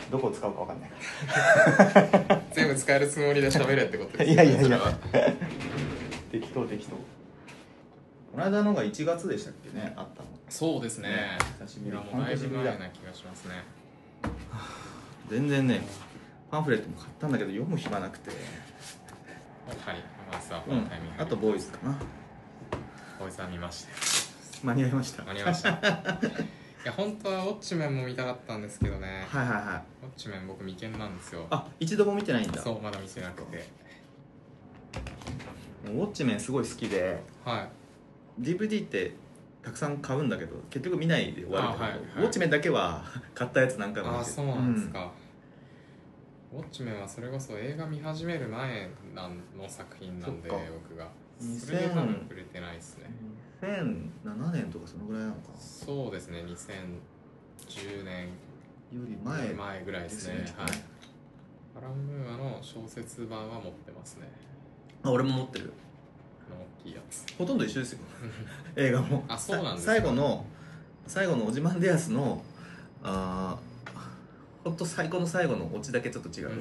どこを使うか分かんないから全部使えるつもりで喋れってことですいやいやいやそれは適当この間のが1月でしたっけね、あったの。 そうですね。 久しぶり。 いやもうだいぶ前な気がしますね。 全然ね、パンフレットも買ったんだけど読む暇なくて。 はい、まずはこのタイミングで、 あとボーイズかな。 ボーイズは見ましたよ。 間に合いました。 間に合いましたいや本当はウォッチメンも見たかったんですけどね。 はいはいはい。 ウォッチメン僕未見なんですよ。 あ、一度も見てないんだ。 そうまだ見てなくて。 ウォッチメンすごい好きで、 はい。 DVD ってたくさん買うんだけど結局見ないで終わるけど、 はいはい、 ウォッチメンだけは買ったやつ何回も見てる。 ああそうなんですか、ウォッチメンはそれこそ映画見始める前の作品なんで、 そっか僕が 2000 それで多分触れてないですね。 2007年とかそのぐらいなのかな。 そうですね、2010年より前ぐらいですね。 ですね。 はい。アラン・ムーアの小説版は持ってますね。 あ、俺も持ってる。 大きいやつ。 ほとんど一緒ですよ映画も。 あ、そうなんですか。 最後のオジマンデアスのほんと最後の最後のオチだけちょっと違う、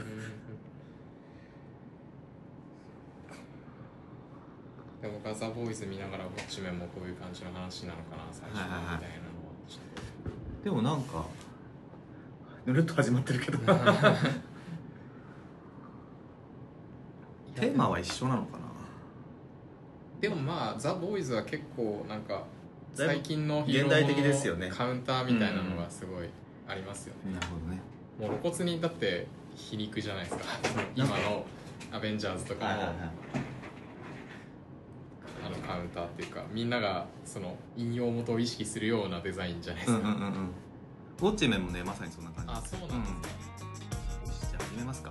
で僕はザ・ボーイズ見ながらウォッチメンもこういう感じの話なのかな最初みたいなのをちょっとでもなんかぬるっと始まってるけどテーマは一緒なのかな。 でもまあザ・ボーイズは結構なんか最近の現代的ですよね。 カウンターみたいなのがすごいありますよね。 なるほどね。 もう露骨にだって皮肉じゃないですか今のアベンジャーズとかの、あのカウンターっていうかみんながその引用元を意識するようなデザインじゃないですか。 ウォッチメンもねまさにそんな感じ。 あ、そうなんですね。 よし、じゃあ始めますか。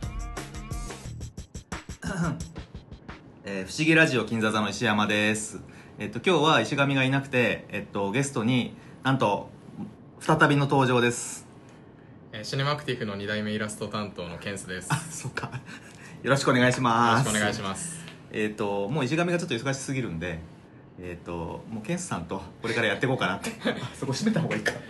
不思議ラジオ金座座の石山です。今日は石上がいなくて、ゲストになんと再びの登場です。 シネマクティフの2代目イラスト担当のケンスです。 あ、そうか。よろしくお願いします。 よろしくお願いします。 もう石上がちょっと忙しすぎるんで、もうケンスさんとこれからやっていこうかなってそこ閉めた方がいいか、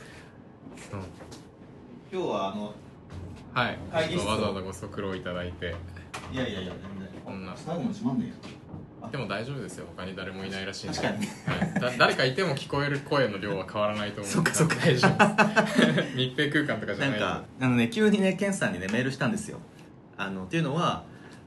今日ははい、 会議室わざわざご足労いただいて。 いやいやいや、 こんな最後まで閉まんねえよ。 でも大丈夫ですよ、他に誰もいないらしいんで。 確かに、 はい、誰かいても聞こえる声の量は変わらないと思う。 そっかそっか、 大丈夫密閉空間とかじゃない。 なんか急にねケンさんにねメールしたんですよ。っていうのは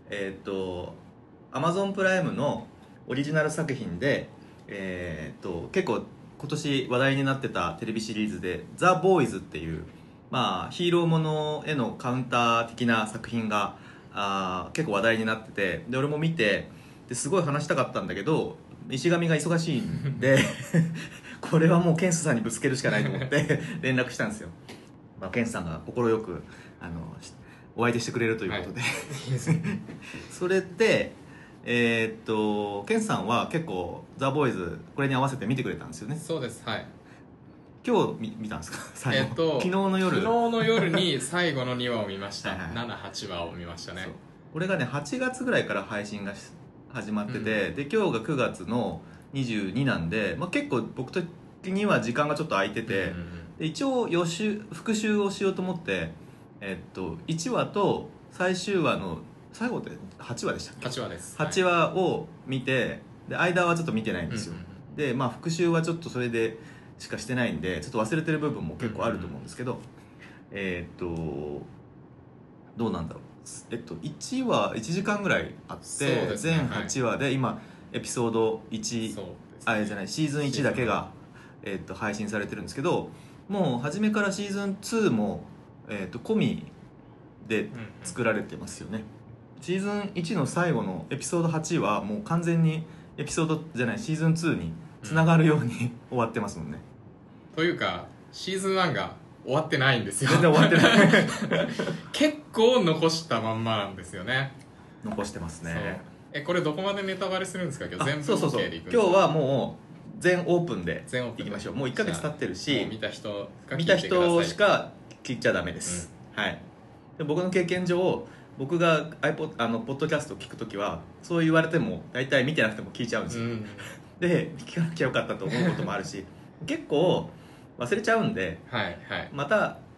Amazon プライムのオリジナル作品で結構今年話題になってたテレビシリーズで「ザ・ボーイズ」っていう、まあ、ヒーローものへのカウンター的な作品が結構話題になってて、で俺も見てですごい話したかったんだけど石上が忙しいんでこれはもうケンスさんにぶつけるしかないと思って連絡したんですよ。まあ、ケンスさんが快くお相手してくれるということで、はい、それでケンさんは結構ザ・ボーイズこれに合わせて見てくれたんですよね。 そうです、はい。 今日見たんですか最後、昨日の夜に最後の2話を見ましたはい、はい、 7、8話を見ましたね。 これがね8月ぐらいから配信が始まってて、で今日が9月の22なんで、まあ、結構僕的には時間がちょっと空いてて、で一応復習をしようと思って1話と最終話の最後って8話でしたっけ。 8話です。 8話を見て、で間はちょっと見てないんですよ、でまあ復習はちょっとそれでしかしてないんでちょっと忘れてる部分も結構あると思うんですけど、どうなんだろう、1話1時間ぐらいあって、ね、全8話で、今エピソード1、あれじゃないシーズン1だけが、配信されてるんですけど、もう初めからシーズン2も、込みで作られてますよね。シーズン1の最後のエピソード8はもう完全にエピソードじゃないシーズン2につながるように終わってますもんね。 というかシーズン1が終わってないんですよ。 全然終わってない結構残したまんまなんですよね。 残してますね。 これどこまでネタバレするんですか今日。全部 OK でいくんですか。 今日はもう全オープンでいきましょう。もう1ヶ月経ってるし、 見た人しか聞いちゃダメです、はい。で僕の経験上僕がポッドキャストを聞くときはそう言われても大体見てなくても聞いちゃうんですよ、で聞かなきゃよかったと思うこともあるし結構忘れちゃうんで、 はいはい、 また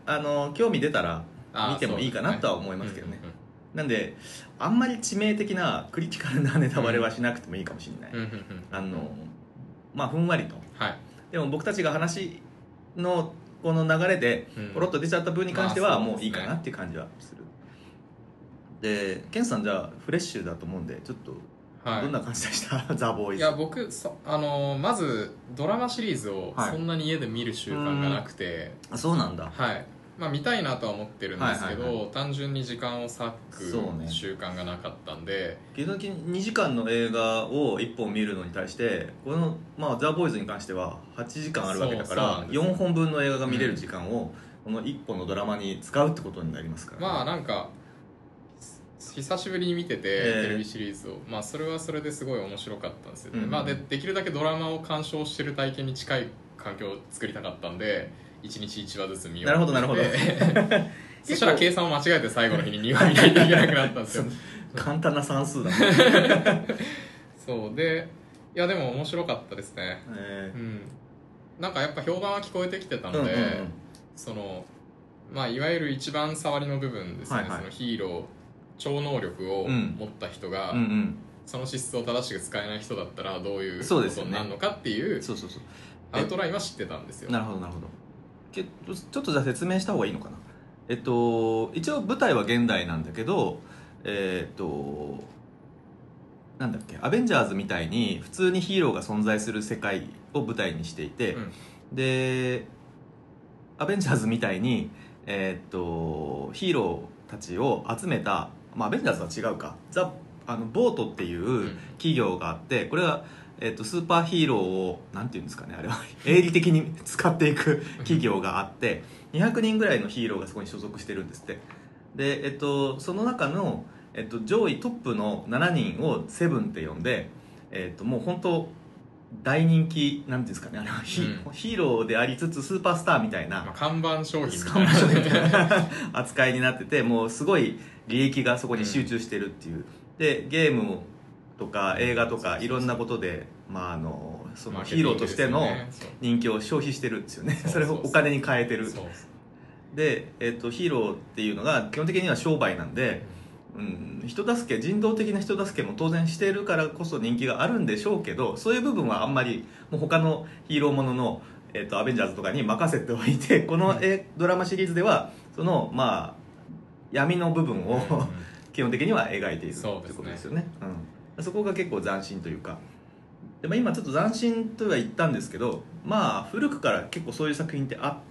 興味出たらあー見てもいいかなとは思いますけどね、なんであんまり致命的なクリティカルなネタバレはしなくてもいいかもしれない、 うんうんうんうんまあふんわりと。 はいでも僕たちが話のこの流れでうんポロッと出ちゃった分に関してはまあもういいかなっていう感じはする。でケンさんじゃあフレッシュだと思うんでちょっとはいどんな感じでした、ザ・ボーイズ。 いや僕まずドラマシリーズをはいそんなに家で見る習慣がなくて、 あそうなんだ。 はいまあ、見たいなとは思ってるんですけど、 はいはいは単純に時間を割そうねく習慣がなかったんで、 基本的に2時間の映画を1本見るのに対してこの、まあ、ザ・ボーイズに関しては8時間あるわけだからそうなんです 4本分の映画が見れる時間をこの1本のドラマに使うってことになりますから、 まあなんか久しぶりに見てて、テレビシリーズを、まあ、それはそれですごい面白かったんですよね、 うんまあ、できるだけドラマを鑑賞してる体験に近い環境を作りたかったんで1日1話ずつ見ようとしてなるほどなるほそしたら計算を間違えて最後の日に2話見ないといけなくなったんですよ簡単な算数だね、 そうでいやでも面白かったですね、うん、なんかやっぱ評判は聞こえてきてたので、そのまあいわゆる一番触りの部分ですね、 はいはいそのヒーロー超能力を持った人が、 うんうんその資質を正しく使えない人だったらどういうこそうですよねとになるのかっていうそうそうそうアウトラインは知ってたんですよ。 なるほどなるほど。ちょっとじゃあ説明した方がいいのかな。一応舞台は現代なんだけどなんだっけアベンジャーズみたいに普通にヒーローが存在する世界を舞台にしていて、でアベンジャーズみたいにヒーローたちを集めた、まあ、アベンジャーズは違うかボートっていう企業があってこれは、スーパーヒーローをなんていうんですかねあれは営利的に使っていく企業があって200人ぐらいのヒーローがそこに所属してるんですって。で、その中の、上位トップの7人をセブンって呼んで、もう本当大人気なんていうんですかねあれはヒーローでありつつスーパースターみたいな、 まあ、看板商品みた看いな板商品みたいな扱いになっててもうすごい利益がそこに集中してるっていう、でゲームとか映画とかいろんなことで、まあ、そのヒーローとしての人気を消費してるんですよね。それをお金に変えてる。で、ヒーローっていうのが基本的には商売なんで、人助け人道的な人助けも当然しているからこそ人気があるんでしょうけどそういう部分はあんまりもう他のヒーローものの、アベンジャーズとかに任せておいてこのドラマシリーズではそのまあ闇の部分を基本的には描いているということですよね。そこが結構斬新というかでも今ちょっと斬新とは言ったんですけどまあ古くから結構そういう作品ってあって、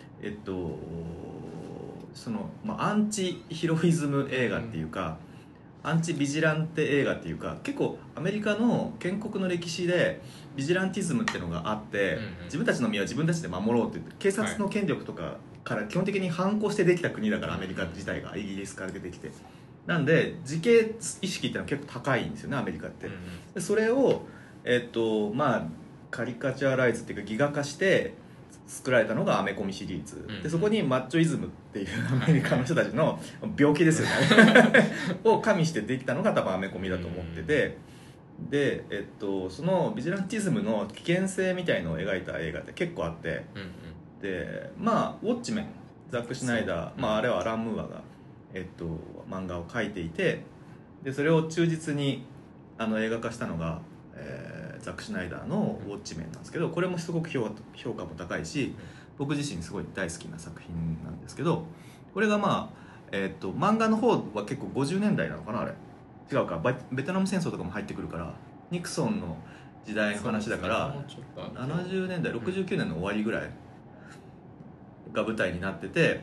その、まあ、アンチヒロイズム映画っていうか、アンチビジランテ映画っていうか結構アメリカの建国の歴史でビジランティズムっていうのがあって、自分たちの身は自分たちで守ろうって言って警察の権力とかから基本的に反抗してできた国だからアメリカ自体がイギリスから出てきてなんで自警意識っていうのは結構高いんですよねアメリカって。でそれをまあカリカチュアライズっていうかギガ化して作られたのがアメコミシリーズ、でそこにマッチョイズムっていうアメリカの人たちの病気ですよねを加味してできたのが多分アメコミだと思ってて、で、そのビジランティズムの危険性みたいのを描いた映画って結構あって、でまあウォッチメンザック・シュナイダー、まあ、あれはアラン・ムーアが、漫画を描いていてでそれを忠実に映画化したのが、ザック・シュナイダーの「ウォッチメン」なんですけどこれもすごく評価も高いし僕自身すごい大好きな作品なんですけどこれがまあ、漫画の方は結構50年代なのかなあれ違うかベトナム戦争とかも入ってくるからニクソンの時代の話だから70年代69年の終わりぐらいが舞台になってて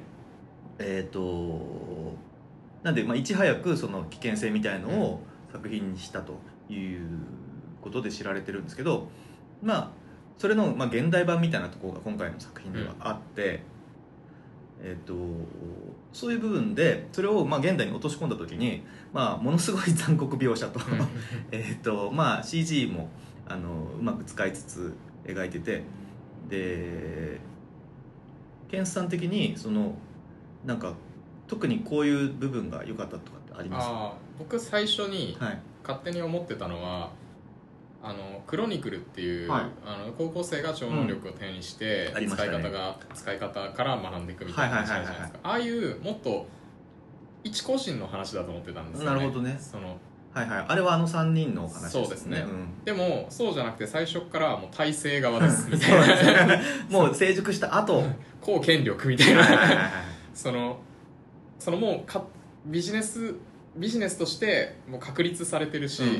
なんで、まあ、いち早くその危険性みたいのを作品にしたということで知られてるんですけどまあそれの、まあ、現代版みたいなところが今回の作品ではあって、そういう部分でそれをまあ現代に落とし込んだ時に、まあ、ものすごい残酷描写とまあ CG もうまく使いつつ描いててでケンさん的にそのなんか特にこういう部分が良かったとかってありますか？ 僕最初にはい勝手に思ってたのはクロニクルっていう、 はい、 高校生が超能力を手にして、 うん、 使い方から学んでいくみたいな話じゃないですか。ああいうもっと一個人の話だと思ってたんですよね。 なるほどね。はいはい、あれは3人の話ですね。 そうですね、 うん、 でもそうじゃなくて最初からもう体制側ですみたいなもう成熟した後公権力みたいなそのもうビジネスとしてもう確立されてるし、うん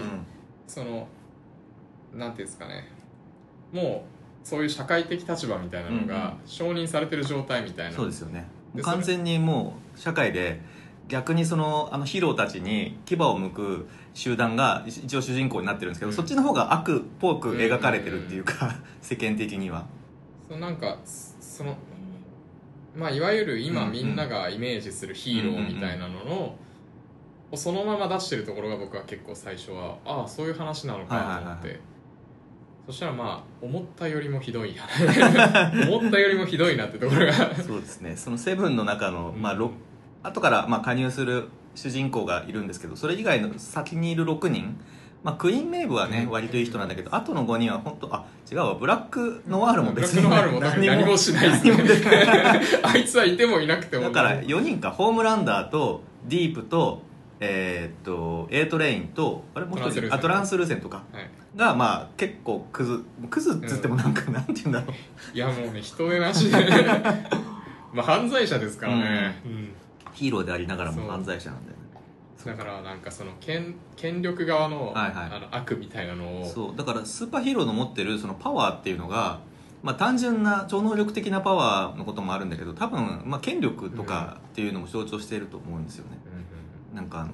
うん、なんていうんですかね、もうそういう社会的立場みたいなのが承認されてる状態みたいな、 そうですよね。完全にもう社会で逆にヒーローたちに牙を向く集団が一応主人公になってるんですけど、そっちの方が悪っぽく描かれてるっていうか、世間的にはなんかまあ、いわゆる今みんながイメージするヒーローみたいなののそのまま出してるところが僕は結構最初はそういう話なのかと思って、そしたらまあ思ったよりもひどい思ったよりもひどいなってところがそうですね。そのセブンの中の、まあ、後から加入する主人公がいるんですけど、それ以外の先にいる6人、クイーンメイブはね、割といい人なんだけど、後の5人は本当違うわ、ブラックノワールも別に何もしないですねあいつはいてもいなくてもだから4人か、ホームランダーとディープとAトレインともう一人トランスルーセンとかが、結構クズっつってもなんて言うんだろう、 いやもうね、人でなしで犯罪者ですからね、 ヒーローでありながらも犯罪者なんだよね。 だからなんか権力側の、悪みたいなのを、 そうだからスーパーヒーローの持ってるそのパワーっていうのが、単純な超能力的なパワーのこともあるんだけど、多分、権力とかっていうのも象徴していると思うんですよね、なんか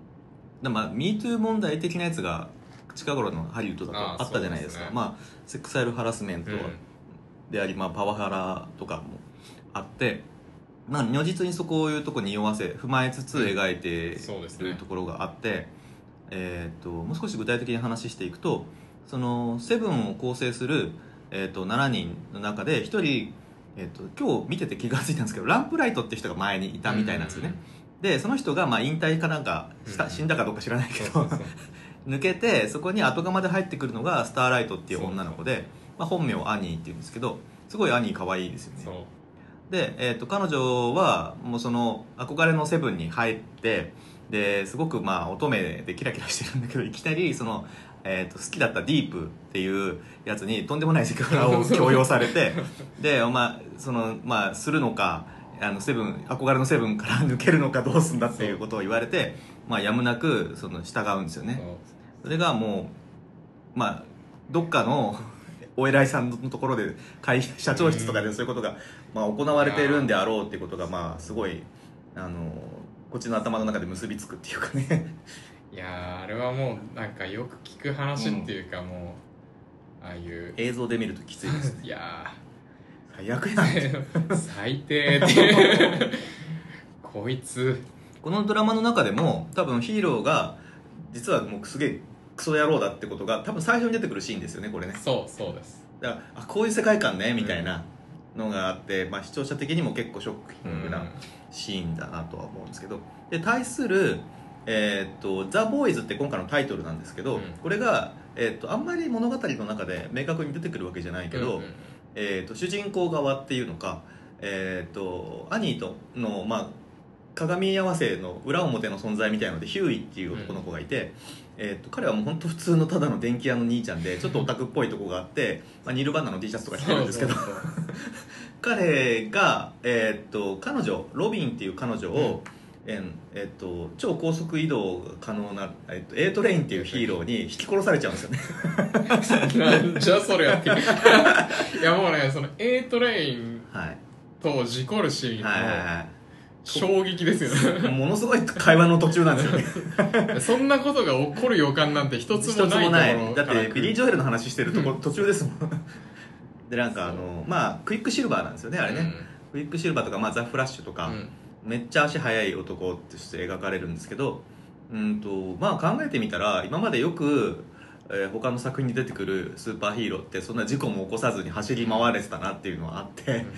MeToo 問題的なやつが近頃のハリウッドだとあったじゃないですか。セクシャルハラスメントであり、パワハラとかもあって、如実にそういうところに匂わせ踏まえつつ描いているところがあって、もう少し具体的に話していくと、そのセブンを構成する、7人の中で1人、今日見てて気が付いたんですけど、ランプライトって人が前にいたみたいなんですよね。でその人が引退かなんか死んだかどうか知らないけど抜けて、そこに後釜で入ってくるのがスターライトっていう女の子で、本名アニーっていうんですけど、すごいアニー可愛いですよね。で、彼女はもうその憧れのセブンに入って、ですごく乙女でキラキラしてるんだけど、いきなり好きだったディープっていうやつにとんでもないセクハラを強要されてで、するのか、憧れのセブンから抜けるのかどうすんだっていうことを言われて、やむなく従うんですよね。それがもうどっかのお偉いさんのところで社長室とかでそういうことが行われているんであろうっていうことがすごいこっちの頭の中で結びつくっていうかねいやあれはもうなんかよく聞く話っていうか、もうああいう映像で見るときついですねいや最悪やん最低ってこいつこのドラマの中でも多分ヒーローが実はもうすげえクソ野郎だってことが多分最初に出てくるシーンですよね、これね。 そうです。 だからこういう世界観ねみたいなのがあって、視聴者的にも結構ショッキングなシーンだなとは思うんですけど、で対するザ・ボーイズって今回のタイトルなんですけど、これが、あんまり物語の中で明確に出てくるわけじゃないけど、主人公側っていうのか、アニーとの、鏡合わせの裏表の存在みたいなのでヒューイっていう男の子がいて、彼はもう本当普通のただの電気屋の兄ちゃんでちょっとオタクっぽいとこがあって、ニルバーナの T シャツとか着てるんですけど彼が、彼女ロビンっていう彼女を、超高速移動可能な、A トレインっていうヒーローに引き殺されちゃうんですよねなんじゃそれやっていやもうね、その A トレインと事故るシーンの衝撃ですよねものすごい会話の途中なんですよねそんなことが起こる予感なんて一つもないところだってビリー・ジョエルの話してるとこ途中ですもんでなんかクイックシルバーなんですよね、あれね、クイックシルバーとか、ザ・フラッシュとか、めっちゃ足速い男として描かれるんですけど、考えてみたら今までよく、他の作品に出てくるスーパーヒーローってそんな事故も起こさずに走り回れてたなっていうのはあって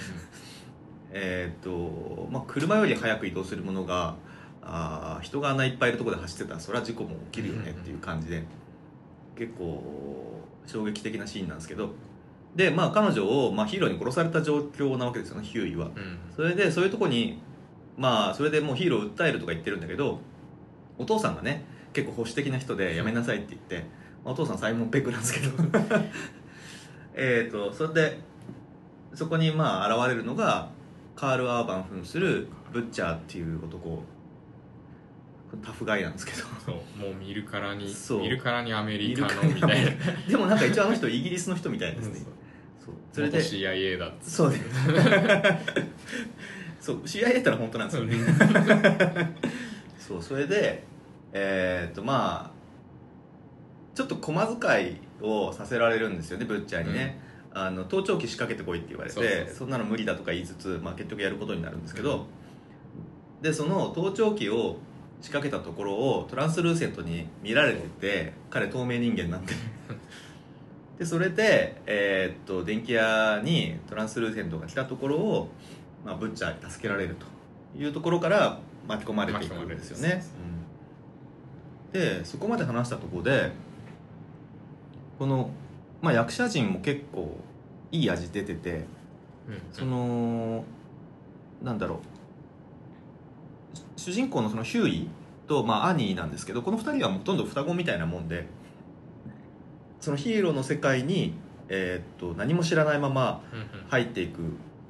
車より速く移動するものが人があんないっぱいいるところで走ってたらそれは事故も起きるよねっていう感じで、結構衝撃的なシーンなんですけど、でまあ彼女を、まあ、ヒーローに殺された状況なわけですよね、ヒューイは。それでそういうとこにまあそれでもうヒーローを訴えるとか言ってるんだけど、お父さんがね結構保守的な人でやめなさいって言って、まあ、お父さんサイモン・ペックなんですけどそれでそこにまあ現れるのがカール・アーバン扮するブッチャーっていう男、タフガイなんですけど、 そうもう見るからにアメリ見るカからにのみたいなでもなんか一応あの人イギリスの人みたいですね。そうそれで元 CIA だっつそうそう CIA ってのは本当なんですよねそうそれでまあちょっと駒遣いをさせられるんですよね、ブッチャーにね、盗聴器仕掛けてこいって言われて、そんなの無理だとか言いつつ、まあ、結局やることになるんですけど、でその盗聴器を仕掛けたところをトランスルーセントに見られてて、彼透明人間なんででそれで、電気屋にトランスルーセントが来たところを、まあ、ブッチャーに助けられるというところから巻き込まれていくんですよね、でそこまで話したところでこの、まあ、役者陣も結構いい味出てて、そのなんだろう、主人公のそのヒューイと、まあ、アニーなんですけど、この2人はほとんど双子みたいなもんで、そのヒーローの世界に、何も知らないまま入っていく、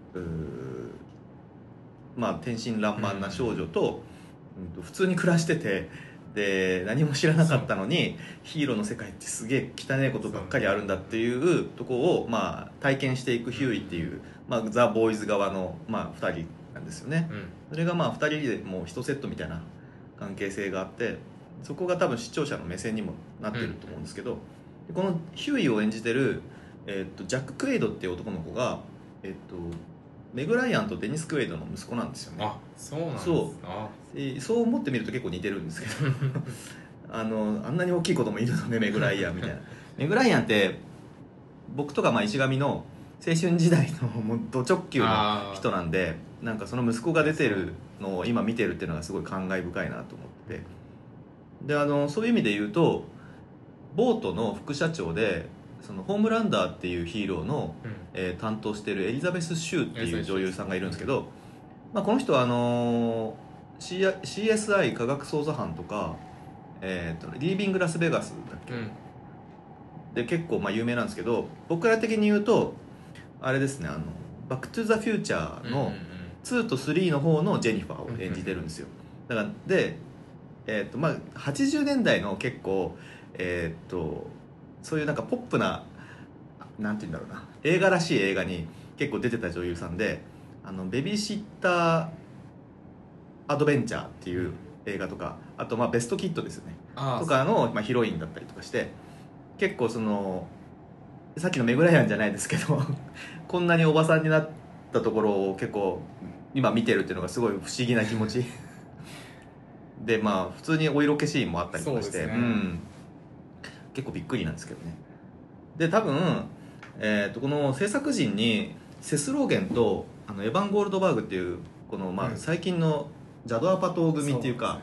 まあ、天真爛漫な少女と、普通に暮らしてて、で何も知らなかったのにヒーローの世界ってすげえ汚いことばっかりあるんだっていうところを、まあ、体験していくヒューイっていう、まあ、ザ・ボーイズ側の、まあ、2人なんですよね、それがまあ2人でもう1セットみたいな関係性があって、そこが多分視聴者の目線にもなってると思うんですけど、このヒューイを演じてる、ジャック・クエイドっていう男の子が、メグ・ライアンとデニス・クエイドの息子なんですよね。 あ、そうなんです。 そう思ってみると結構似てるんですけどあんなに大きい子供いるのね、メグ・ライアンみたいなメグ・ライアンって僕とかまあ石上の青春時代のもうド直球の人なんで、なんかその息子が出てるのを今見てるっていうのがすごい感慨深いなと思って、でそういう意味で言うとボートの副社長でそのホームランダーっていうヒーローの、担当してるエリザベス・シューっていう女優さんがいるんですけど、まあ、この人はCSI 科学捜査班とか、リービング・ラスベガスだっけ、で結構まあ有名なんですけど、僕ら的に言うとあれですね、バック・トゥ・ザ・フューチャーの2と3の方のジェニファーを演じてるんですよ。だからで、まあ、80年代の結構そういうなんかポップな、なんて言うんだろうな、映画らしい映画に結構出てた女優さんで、ベビーシッターアドベンチャーっていう映画とか、あとまあベストキッドですよねとかの、まあ、ヒロインだったりとかして、結構そのさっきのメグライアンじゃないですけどこんなにおばさんになったところを結構今見てるっていうのがすごい不思議な気持ちで、まあ普通にお色気シーンもあったりとかして、結構びっくりなんですけどね。で多分、この制作陣にセスローゲンとエヴァン・ゴールドバーグっていうこの、まあ、最近のジャド・アパトー組っていうか、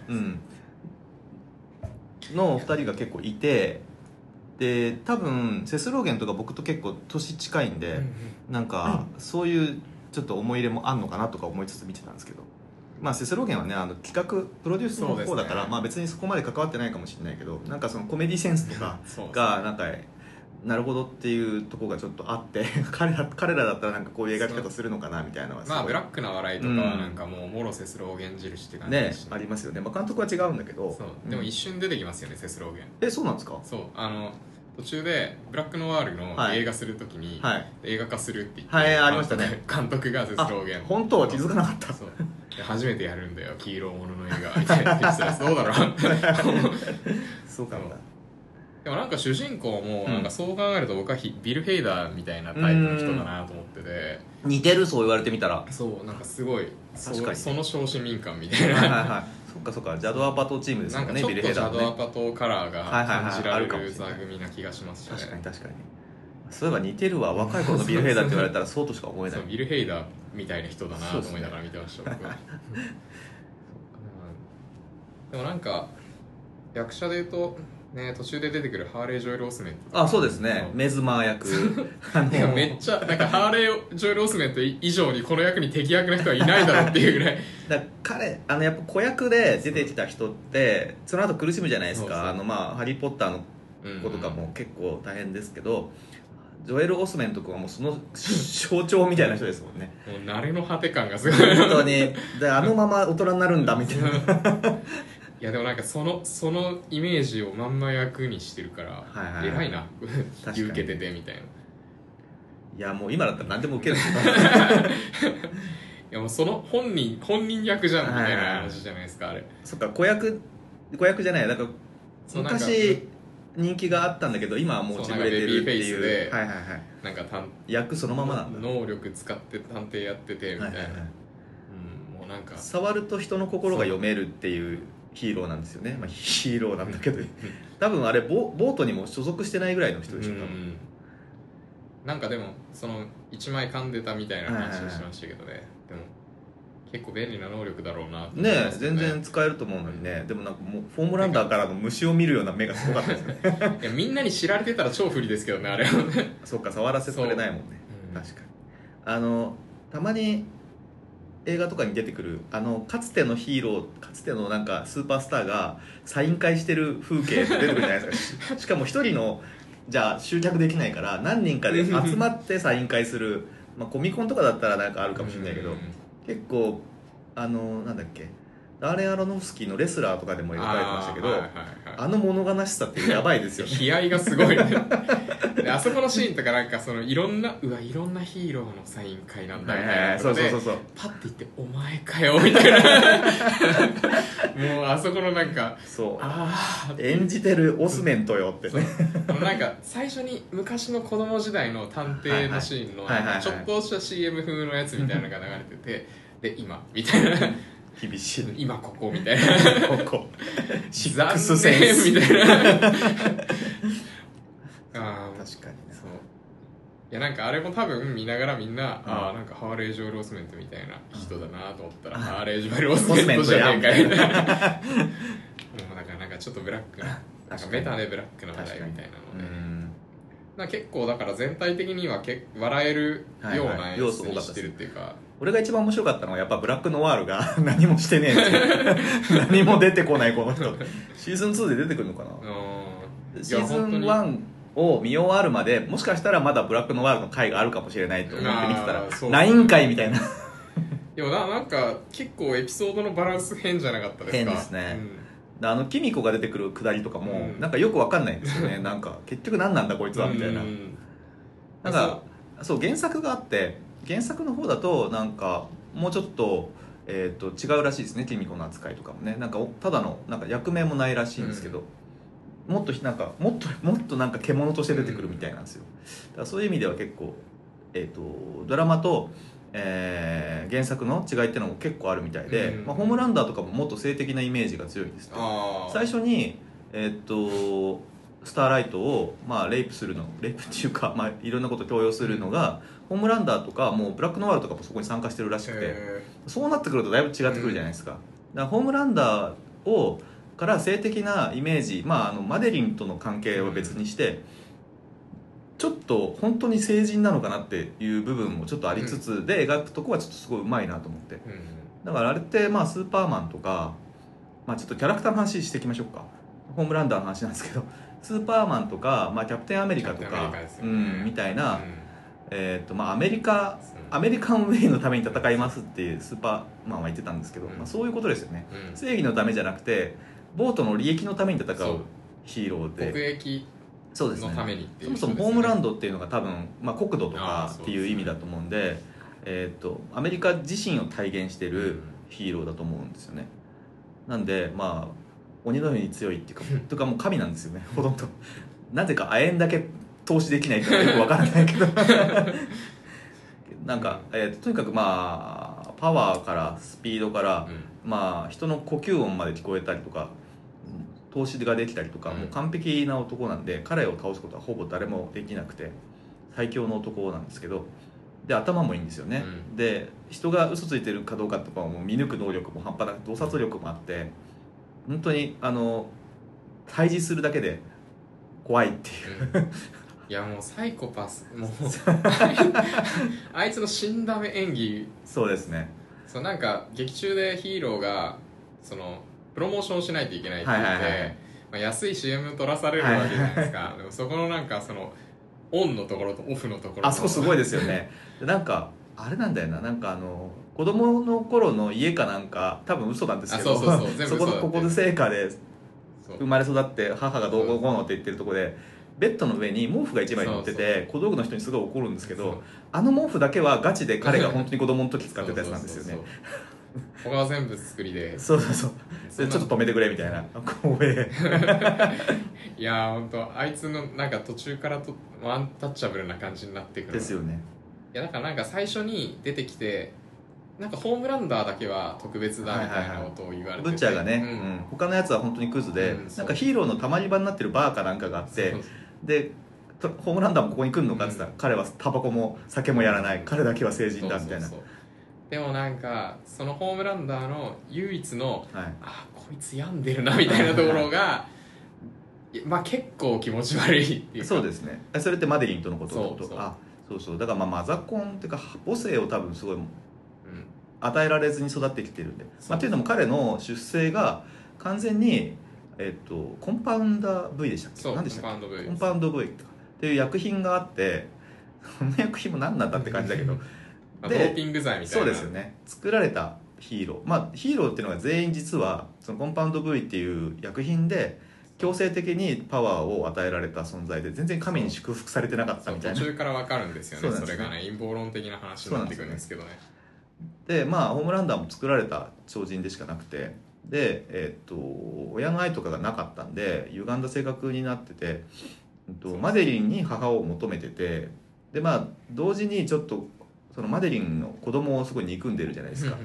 の2人が結構いて、で多分セスローゲンとか僕と結構年近いんで、なんかそういうちょっと思い入れもあんのかなとか思いつつ見てたんですけど、まあ、セスローゲンはね企画プロデュースの方だから、まあ、別にそこまで関わってないかもしれないけど、なんかそのコメディセンスとかがなんかなるほどっていうところがちょっとあって彼らだったらなんかこういう描き方するのかなみたいなのは、 まあブラックな笑いとかはなんかもうもろセスローゲン印って感じですし、 ありますよね、まあ、監督は違うんだけど、 でも一瞬出てきますよね、セスローゲン。 そうなんですか。 そう途中でブラックノワールの映画するときに、映画化するって言って、 ありましたね、 監督がセスローゲン。 本当は気づかなかった。 そうで初めてやるんだよ黄色ものの映画みたいな言ってたらどうだろうそうかもな。 でもなんか主人公もなんかそう考えると僕はビル・ヘイダーみたいなタイプの人だなと思ってて、 似てる、そう言われてみたら。 そうなんかすごい確かにその小市民感みたいなそっかジャドアパトチームですもんね、ビル・ヘイダーなんかちょっとジャドアパトカラーが感じられる座組な気がしますね。 確かにそういえば似てるわ、若い頃のビル・ヘイダーって言われたらそうとしか思えない。 ビル・ヘイダーみたいな人だなと思いながら見てました、僕はでもなんか役者で言うとね、途中で出てくるハーレー・ジョエル・オスメント。 あ、そうですね、メズマー役いやめっちゃなんかハーレー・ジョエル・オスメント以上にこの役に適役な人はいないだろうっていうぐらいだ彼やっぱ子役で出てきた人ってその後苦しむじゃないですか。 そうそうまあハリー・ポッターの子とかも結構大変ですけど、ジョエル・オスメント君はもうその象徴みたいな人ですもんねもう慣れの果て感がすごい本当にであのまま大人になるんだみたいないやでもなんかそのイメージをまんま役にしてるから、 はいはいはい偉いな確かに受けててみたいな。 いやもう今だったら何でも受けるんですいやもうその本人役じゃんみたいな話じゃないですか、あれ。 そっか、子役じゃない、なんかそうなんか昔人気があったんだけど今はもうそう潰れてるってなんかベビーフェイスいうではいはいはいなんか役そのままなんだ。 能力使って探偵やっててみたいな、 はいはいはいうん、もうなんか触ると人の心が読めるっていうヒーローなんですよね。まあ、ヒーローなんだけど多分あれボートにも所属してないぐらいの人でしょ多分、 なんかでもその1枚噛んでたみたいな話をしましたけどね、でも結構便利な能力だろうなと思いねえますよ全然使えると思うのにね。でもなんかもうフォームランダーからの虫を見るような目がすごかったですねいやみんなに知られてたら超不利ですけどねあれはねそっか、触らせてくれないもんね、 うん確かにたまに映画とかに出てくるかつてのヒーロー、かつてのなんかスーパースターがサイン会してる風景って出てくるじゃないですかしかも一人のじゃあ集客できないから何人かで集まってサイン会するまあコミコンとかだったらなんかあるかもしれないけど、結構なんだっけ、ダーレン・アロノフスキーのレスラーとかでも描かれてましたけど、 はいはいはい物悲しさってやばいですよ悲哀がすごいねであそこのシーンとかなんかそのいろんなヒーローのサイン会なんだみたいなとこでそうパッて言って「お前かよ」みたいなもうあそこのなんかそうああ演じてるオスメントよってねなんか最初に昔の子供時代の探偵のシーンのはいはいなんかちょっとした CM 風のやつみたいなのが流れててで今みたいな厳しい今ここみたいなここシッ残クスセンス念みたいなあー確かにそういやなんかあれも多分見ながらみんな、ああなんかハーレー・ジョエル・オスメントみたいな人だなと思ったら、ハーレー・ジョエル・オスメントじゃねえかよみたいなもうだからなんかちょっとブラックななんかメタでブラックな話題みたいなので、なんか結構だから全体的には笑えるような演出にしてるっていうか、 俺が一番面白かったのはやっぱブラックノワールが何もしてねえんですよ何も出てこないこの人シーズン2で出てくるのかな。シーズン1を見終わるまでもしかしたらまだブラックノワールの回があるかもしれないと思って見てたらないんかいみたいなでもなんか結構エピソードのバランス変じゃなかったですか。 変ですね、キミコが出てくるくだりとかもなんかよくわかんないんですよねなんか結局何なんだこいつはみたいな、なんかそう原作があって原作の方だとなんかもうちょっと、違うらしいですね。キミコの扱いとかもねなんかただのなんか役名もないらしいんですけど、もっとなんかもっとなんか獣として出てくるみたいなんですよ。だからそういう意味では結構、ドラマと、原作の違いっていうのも結構あるみたいで、ホームランダーとかももっと性的なイメージが強いんですけど、最初にスターライトを、レイプっていうか、いろんなことを強要するのが、ホームランダーとかもうブラックノワールとかもそこに参加してるらしくて、そうなってくるとだいぶ違ってくるじゃないですか。だからホームランダーから性的なイメージ、マデリンとの関係は別にして、ちょっと本当に成人なのかなっていう部分もちょっとありつつで描くとこはちょっとすごいうまいなと思って、だからあれってスーパーマンとか、ちょっとキャラクターの話していきましょうか。ホームランダーの話なんですけど、スーパーマンとか、キャプテンアメリカとか、みたいな、アメリカンウェイのために戦いますっていうスーパーマンは言ってたんですけど、そういうことですよね、正義のためじゃなくてボートの利益のために戦うヒーローで、 国益のためにっていう、 そもそもホームランドっていうのが多分、国土とかっていう意味だと思うんで、アメリカ自身を体現してるヒーローだと思うんですよね。なんで鬼のように強いっていうかとかもう神なんですよねほとんど。なぜか亜鉛だけ投資できないってよくわからないけどなんか、とにかくパワーからスピードから、人の呼吸音まで聞こえたりとか投資ができたりとか、もう完璧な男なんで彼を倒すことはほぼ誰もできなくて最強の男なんですけど、で頭もいいんですよね、で人が嘘ついてるかどうかとかも見抜く能力も半端なく洞察力もあって、本当に対峙するだけで怖いっていう、 いやもうサイコパスもうあいつの死んだ目演技、 そうですね、 そうなんか劇中でヒーローがそのプロモーションしないといけないって言って、まあ、安い CM 撮らされるわけじゃないですか、でもそこのなんかそのオンのところとオフのところのあそこすごいですよねなんかあれなんだよな、なんか子供の頃の家かなんか多分嘘なんですけど、そこのここで成果で生まれ育って母がどうこうこうのって言ってるところでベッドの上に毛布が1枚乗ってて小道具の人にすごい怒るんですけど、あの毛布だけはガチで彼が本当に子供の時使ってたやつなんですよね。 他は全部作りで、 そうでちょっと止めてくれみたいな光栄いやー本当あいつのなんか途中からアンタッチャブルな感じになってくるですよね。 いやだからなんか最初に出てきてなんかホームランダーだけは特別だみたいなことを言われてて、 ブッチャーがね、他のやつは本当にクズで、なんかヒーローのたまり場になってるバーかなんかがあって、でホームランダーもここに来るのかって言ったら、彼はタバコも酒もやらない、彼だけは成人だみたいな。 でもなんかそのホームランダーの唯一の、あこいつ病んでるなみたいなところがまあ結構気持ち悪いっていうか。 そうですね、それってマデリンとのこととか、そうだからまあマザコンっていうか母性を多分すごい与えられずに育ってきてるんで、っていうのも彼の出生が完全に、コンパウンダー V でしたっけ、何でしたっけ、コンパウンド V っていう薬品があって、その薬品も何なんだって感じだけどドーピング剤みたいな。 そうですよね、作られたヒーロー、ヒーローっていうのが全員実はそのコンパウンド V っていう薬品で強制的にパワーを与えられた存在で、全然神に祝福されてなかったみたいな。 途中から分かるんですよね、それがね陰謀論的な話になってくるんですけどね。 でホームランダーも作られた超人でしかなくて、で親の愛とかがなかったんで歪んだ性格になってて、マデリンに母を求めてて、で同時にちょっとそのマデリンの子供をすごい憎んでるじゃないですか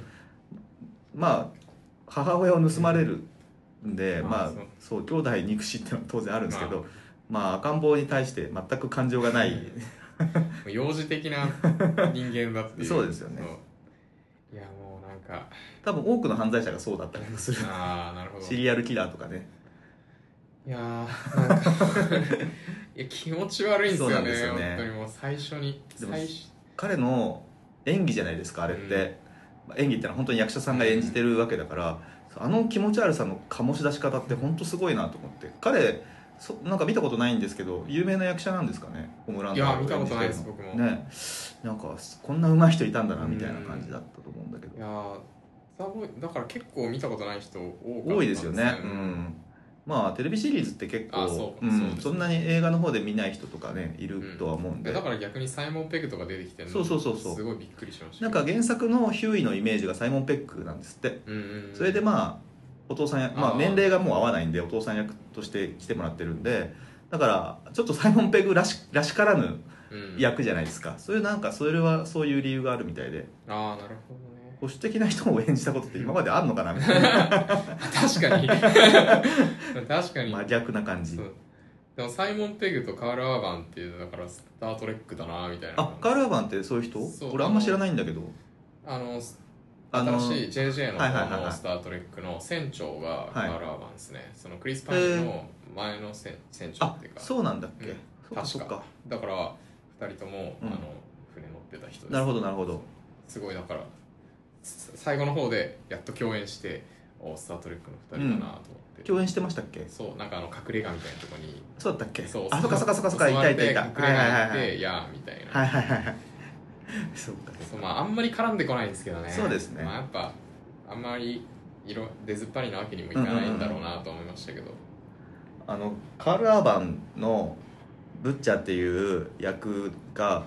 母親を盗まれるんで、そう兄弟憎しっていうのは当然あるんですけど、赤ん坊に対して全く感情がない幼児的な人間だっていうそうですよね。 いやもうなんか多分多くの犯罪者がそうだったりもする。 なるほど。 シリアルキラーとかね。 いやーなんかいや気持ち悪いんですよね。そうなんですよね。本当にもう最初に彼の演技じゃないですかあれって、演技ってのは本当に役者さんが演じてるわけだから、あの気持ち悪さの醸し出し方って本当すごいなと思って。彼なんか見たことないんですけど有名な役者なんですかね、ホームランダーを演じてるの。 いや見たことないです僕もね、なんかこんな上手い人いたんだなみたいな感じだったと思うんだけど、 いやザ・ボーイだから結構見たことない人多いですよね。テレビシリーズって結構そんなに映画の方で見ない人とかねいるとは思うんで、 だから逆にサイモン・ペグとか出てきてるのすごいびっくりしました。 なんか原作のヒューイのイメージがサイモン・ペックなんですって、それでお父さん年齢がもう合わないんでお父さん役として来てもらってるんで、だからちょっとサイモン・ペグらしからぬ役じゃないですか。それはそういう理由があるみたいで。 なるほどね。 保守的な人を演じたことって今まであんのかなみたいな確かに確かに真逆な感じ。 でもサイモン・ペグとカール・アーバンっていうだからスター・トレックだなみたいな。 カール・アーバンってそういう人？俺あんま知らないんだけど、 新しい JJ の方のスター・トレックの船長がカール・アーバンですね。そのクリス・パインの前の船長っていうか。 そうなんだっけ、 確かだから2人とも、船乗ってた人です。 なるほどなるほど。 すごいだから最後の方でやっと共演してスター・トレックの2人だなと思って、 共演してましたっけ。 そうなんか隠れ家みたいなとこに。 そうだったっけ。 そうそっかいた隠れ家行ってやーみたいな。 そうかあんまり絡んでこないんですけどね。 そうですね。 やっぱあんまり出ずっぱりなわけにもいかないんだろうなと思いましたけど、 カール・アーバンのブッチャーっていう役が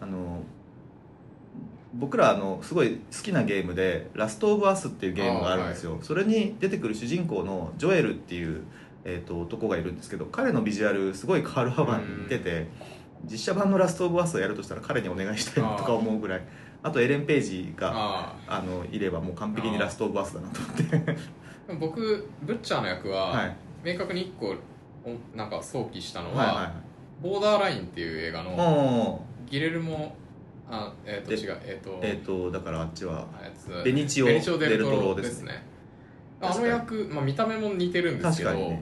僕らすごい好きなゲームでラストオブアスっていうゲームがあるんですよ。それに出てくる主人公のジョエルっていう、男がいるんですけど、彼のビジュアルすごいカール・アーバンに似てて、実写版のラストオブアスをやるとしたら彼にお願いしたいとか思うぐらい。あとエレン・ページがいればもう完璧にラストオブアスだなと思って僕ブッチャーの役は、明確に1個なんか想起したのは、ボーダーラインっていう映画のギレルモ違うだからあっちはベニチオ・デルトロですね。あの役、見た目も似てるんですけど、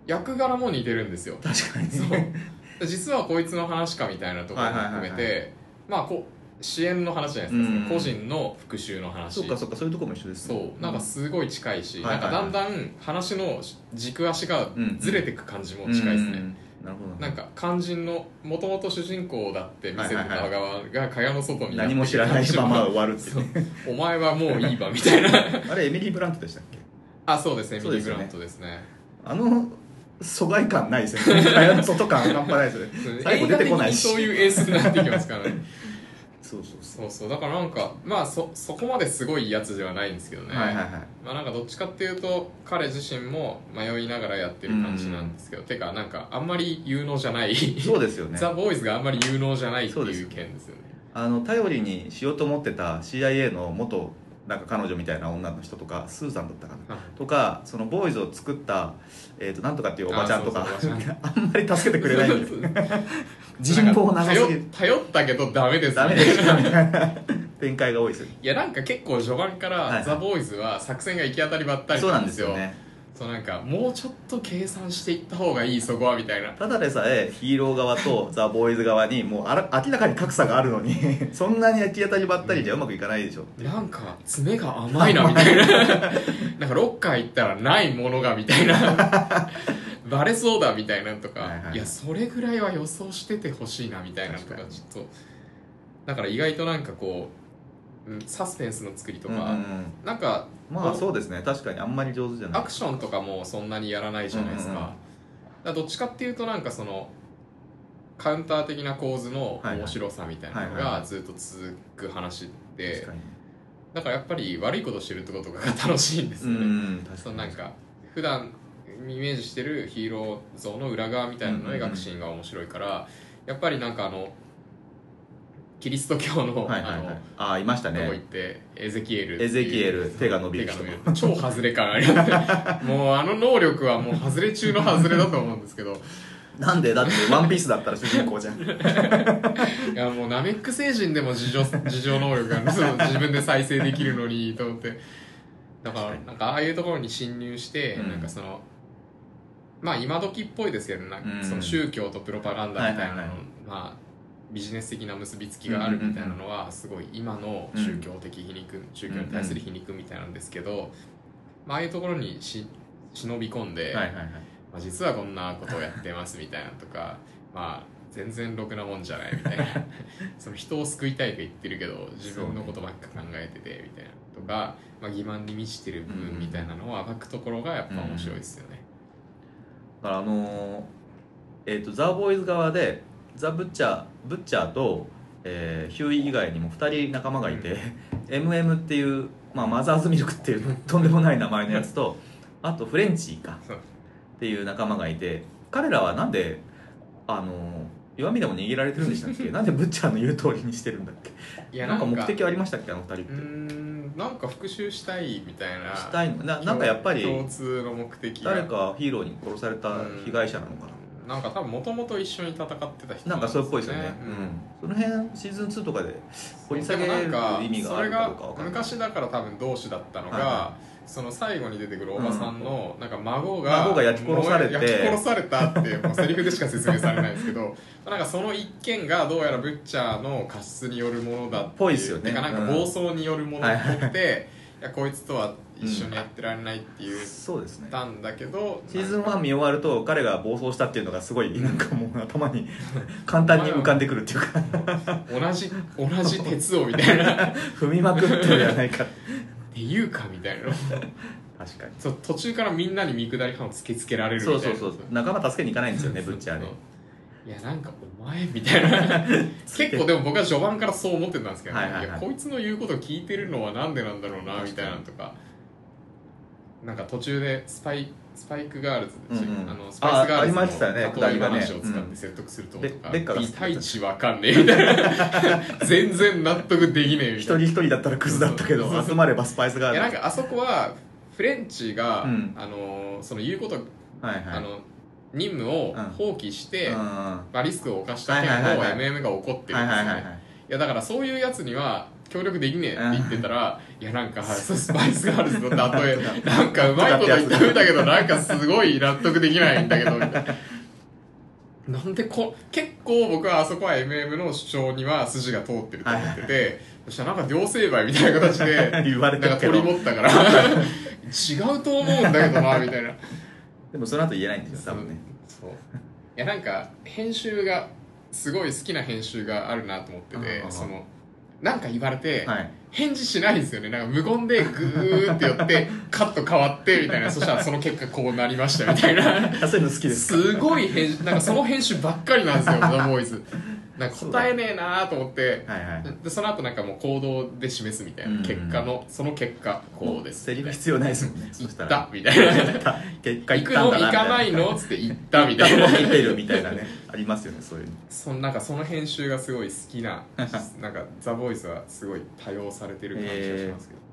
役柄も似てるんですよ。 確かにそう実はこいつの話かみたいなところも含めて、まあこう支援の話じゃないですか、個人の復讐の話。 そうかそうか、そういうところも一緒ですね。 そうなんかすごい近いし、なんかだんだん話の軸足がずれていく感じも近いですね。 なるほど。 なんか肝心のもともと主人公だって見せてた側が蚊帳の外に何も知らないまま終わるっていうね。 お前はもういいわみたいなあれエミリー・ブラントでしたっけ？ あ、そうですね、エミリー・ブラントですね。 疎外感ないですよね。蚊帳の外感半端ないですよね。最後出てこないし。 そういうエースになってきますからねそうだからなんかまあそこまですごいやつではないんですけどね。まあなんかどっちかっていうと彼自身も迷いながらやってる感じなんですけど、てかなんかあんまり有能じゃないそうですよね。 ザ・ボーイズがあんまり有能じゃないっていう件ですよね。 頼りにしようと思ってた CIA の元なんか彼女みたいな女の人とか、スーザンだったかな、とか、そのボーイズを作った、なんとかっていうおばちゃんとかあんまり助けてくれないんです人望なさすぎる。 頼ったけどダメです、 ダメでしたみたいな展開が多いですよ。 いやなんか結構序盤からザ・ボーイズは作戦が行き当たりばったりなんですよ。そうなんですよね。そうなんかもうちょっと計算していった方がいい、そこはみたいな。 ただでさえヒーロー側とザ・ボーイズ側にもう明らかに格差があるのにそんなに行き当たりばったりじゃうまくいかないでしょ。 なんか爪が甘いなみたいななんかロッカー行ったらないものがみたいなバレそうだみたいなとか、いやそれぐらいは予想しててほしいなみたいなとか、ちょっとだから意外となんかこうサスペンスの作りとか、なんかまあそうですね、確かにあんまり上手じゃない。 アクションとかもそんなにやらないじゃないですか。だからどっちかっていうとなんかそのカウンター的な構図の面白さみたいなのがずっと続く話で、だからやっぱり悪いことしてるってことが楽しいんですよね。そのなんか普段イメージしてるヒーロー像の裏側みたいなのを描くシーンが面白いから、やっぱりなんかキリスト教のいましたね。 とこ行ってエゼキエル手が伸びる人超外れ感ありますもう能力はもう外れ中の外れだと思うんですけどなんでだってワンピースだったら主人公じゃんいやもうナメック星人でも自助能力が自分で再生できるのにと思って、だからなんかああいうところに侵入して、なんかそのまあ今時っぽいですけど、なんかその宗教とプロパガンダみたいなの、まあビジネス的な結びつきがあるみたいなのはすごい今の宗教的皮肉、宗教に対する皮肉みたいなんですけど、まああいうところに忍び込んで、まあ、実はこんなことをやってますみたいなとかまあ全然ろくなもんじゃないみたいなその人を救いたいと言ってるけど自分のことばっか考えててみたいなとか、まあ、欺瞞に満ちてる部分みたいなのを暴くところがやっぱ面白いですよね。 だからザ・ボーイズ側でブッチャーと、ヒューイ以外にも2人仲間がいて、MM っていう、まあ、マザーズミルクっていうとんでもない名前のやつとあとフレンチかっていう仲間がいて、彼らはなんで弱みでも握られてるんでしたっけなんでブッチャーの言う通りにしてるんだっけ。いやなんか目的ありましたっけあの2人って。 なんか復讐したいみたいな。 したいのなんかやっぱり共通の目的誰かヒーローに殺された被害者なのかな。 なんか多分もともと一緒に戦ってた人なんですね。 なんかそうっぽいですよね。その辺シーズン2とかで掘り下げる意味があるかどうか分かんない。 昔だから多分同志だったのが、その最後に出てくるおばさんのなんか孫が焼き殺されたってもうセリフでしか説明されないんですけどなんかその一件がどうやらブッチャーの過失によるものだってぽいですよね。 てかなんか暴走によるものっていやこいつとは一緒にやってられないっていうたんだけど、 シーズン1見終わると彼が暴走したっていうのがすごいなんかもう頭に簡単に浮かんでくるっていうか同じ鉄をみたいな踏みまくってるじゃないかっていうかみたいな確かにそう途中からみんなに見下り感を突きつけられるみたいな。 そう仲間助けに行かないんですよねブッチャーで。 いやなんかお前みたいな結構でも僕は序盤からそう思ってたんですけど、ねいやこいつの言うことを聞いてるのはなんでなんだろうなみたいなとか、なんか途中でスパイクガールズ、スパイスガールズの例え話を使って説得するとか、微対値わかんねえみたいな全然納得できねえみたいな。 一人だったらクズだったけど集まればスパイスガールズ。 いやなんかあそこはフレンチが、その言うこと、任務を放棄して、リスクを冒した件を MM が怒ってるんですよね。いやだからそういうやつには協力できねえって言ってたらいやなんかスパイスガールズの例えなんかうまいこと言ってみたけどなんかすごい納得できないんだけどみたいな。なんで結構僕はあそこは MM の主張には筋が通ってると思ってて、そしたらなんか両成敗みたいな形で言われてなんか取り持ったから違うと思うんだけどなみたいな。 でもその後言えないんですよ多分ね。 そういやなんか編集がすごい好きな編集があるなと思ってて、そのなんか言われて、はい、返事しないんですよね。なんか無言でグーって寄ってカット変わってみたいな。そしたらその結果こうなりましたみたいな。 そういうの好きですか？ すごい編集、なんかその編集ばっかりなんですよザ・ボーイズ。なんか答えねえなーと思って、はいはい、でその後なんかもう行動で示すみたいな、結果のその結果こうです。 セリフ必要ないですもんね。 行ったみたいな。 結果行ったんだなみたいな。行くの行かないのつって行ったみたいな。 見てるみたいなねありますよねそういうの。 なんかその編集がすごい好きななんかザ・ボーイズはすごい多用されてる感じがしますけど、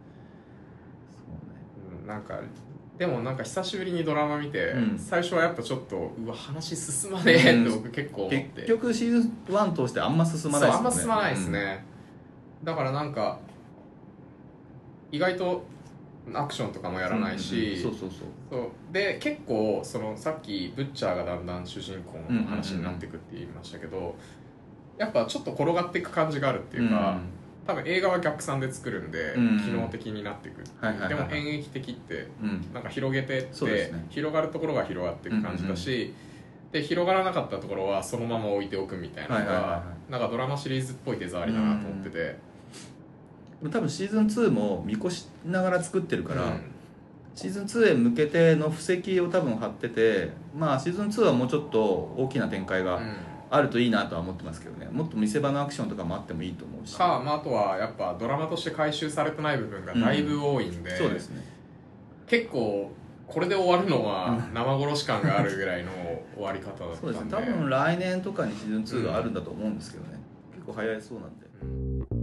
そうね、なんかでもなんか久しぶりにドラマ見て、最初はやっぱちょっとうわ話進まねえって僕結構思って、 結局シーズン1通してあんま進まないですね。 そうあんま進まないですね、だからなんか意外とアクションとかもやらないし、そうで結構そのさっきブッチャーがだんだん主人公の話になっていくって言いましたけど、やっぱちょっと転がっていく感じがあるっていうか、多分映画は逆算で作るんで、機能的になっていくっていう、でも演劇的ってなんか広げてって、広がるところが広がっていく感じだし、で広がらなかったところはそのまま置いておくみたいなのがなんかドラマシリーズっぽい手触りだなと思ってて、 多分シーズン2も見越しながら作ってるから、シーズン2へ向けての布石を多分張ってて、まあシーズン2はもうちょっと大きな展開があるといいなとは思ってますけどね。もっと見せ場のアクションとかもあってもいいと思うし、 まあ、あとはやっぱドラマとして回収されてない部分がだいぶ多いんで、 そうですね、 結構これで終わるのは生殺し感があるぐらいの終わり方だったんで、 そうですね、多分来年とかにシーズン2があるんだと思うんですけどね、結構早いそうなんで。